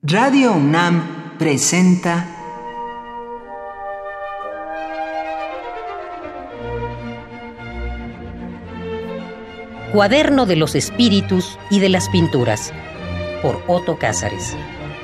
Radio UNAM presenta Cuaderno de los Espíritus y de las Pinturas, por Otto Cázares.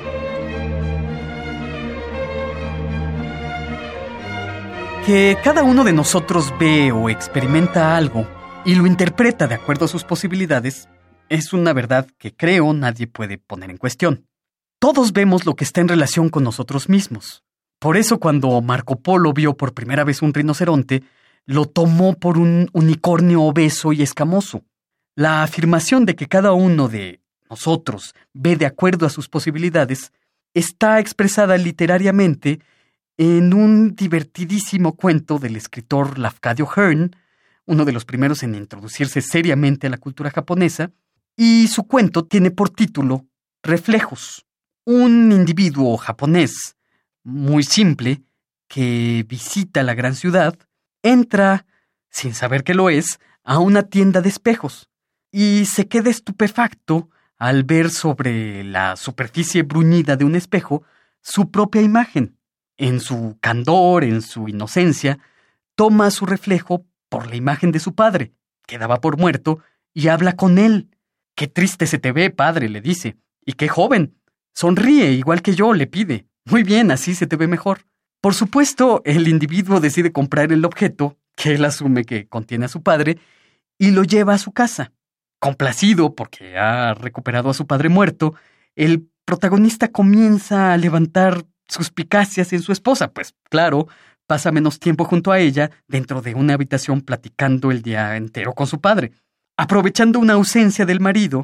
Que cada uno de nosotros ve o experimenta algo y lo interpreta de acuerdo a sus posibilidades es una verdad que creo nadie puede poner en cuestión. Todos vemos lo que está en relación con nosotros mismos. Por eso cuando Marco Polo vio por primera vez un rinoceronte, lo tomó por un unicornio obeso y escamoso. La afirmación de que cada uno de nosotros ve de acuerdo a sus posibilidades está expresada literariamente en un divertidísimo cuento del escritor Lafcadio Hearn, uno de los primeros en introducirse seriamente a la cultura japonesa, y su cuento tiene por título Reflejos. Un individuo japonés muy simple que visita la gran ciudad entra, sin saber que lo es, a una tienda de espejos y se queda estupefacto al ver sobre la superficie bruñida de un espejo su propia imagen. En su candor, en su inocencia, toma su reflejo por la imagen de su padre, que daba por muerto, y habla con él. «Qué triste se te ve, padre», le dice, «y qué joven. Sonríe igual que yo», le pide. «Muy bien, así se te ve mejor». Por supuesto, el individuo decide comprar el objeto, que él asume que contiene a su padre, y lo lleva a su casa. Complacido porque ha recuperado a su padre muerto, el protagonista comienza a levantar suspicacias en su esposa, pues claro, pasa menos tiempo junto a ella dentro de una habitación platicando el día entero con su padre. Aprovechando una ausencia del marido,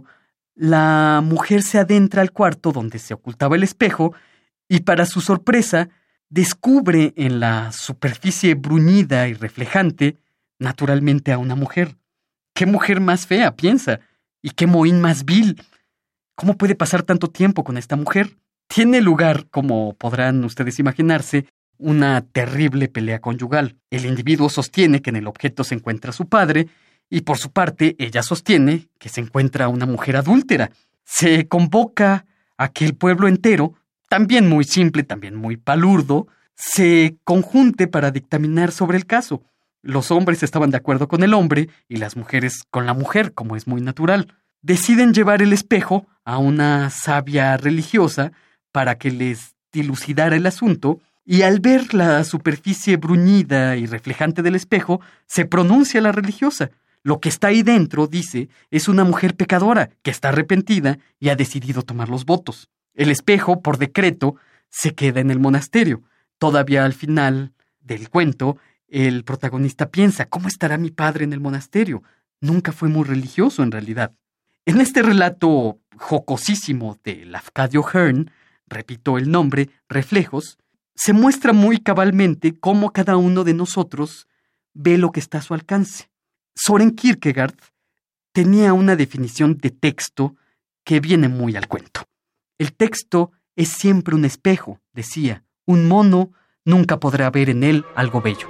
la mujer se adentra al cuarto donde se ocultaba el espejo y, para su sorpresa, descubre en la superficie bruñida y reflejante, naturalmente, a una mujer. ¡Qué mujer más fea!, piensa, y qué mohín más vil. ¿Cómo puede pasar tanto tiempo con esta mujer? Tiene lugar, como podrán ustedes imaginarse, una terrible pelea conyugal. El individuo sostiene que en el objeto se encuentra su padre, y por su parte ella sostiene que se encuentra una mujer adúltera. Se convoca a que el pueblo entero, también muy simple, también muy palurdo, se conjunte para dictaminar sobre el caso. Los hombres estaban de acuerdo con el hombre y las mujeres con la mujer, como es muy natural. Deciden llevar el espejo a una sabia religiosa para que les dilucidara el asunto, y al ver la superficie bruñida y reflejante del espejo, se pronuncia la religiosa. Lo que está ahí dentro, dice, es una mujer pecadora que está arrepentida y ha decidido tomar los votos. El espejo, por decreto, se queda en el monasterio. Todavía al final del cuento, el protagonista piensa, ¿cómo estará mi padre en el monasterio? Nunca fue muy religioso, en realidad. En este relato jocosísimo de Lafcadio Hearn, repito el nombre, Reflejos, se muestra muy cabalmente cómo cada uno de nosotros ve lo que está a su alcance. Søren Kierkegaard tenía una definición de texto que viene muy al cuento. El texto es siempre un espejo, decía. Un mono nunca podrá ver en él algo bello.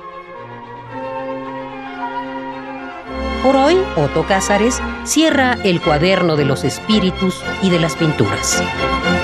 Por hoy, Otto Cázares cierra el Cuaderno de los Espíritus y de las Pinturas.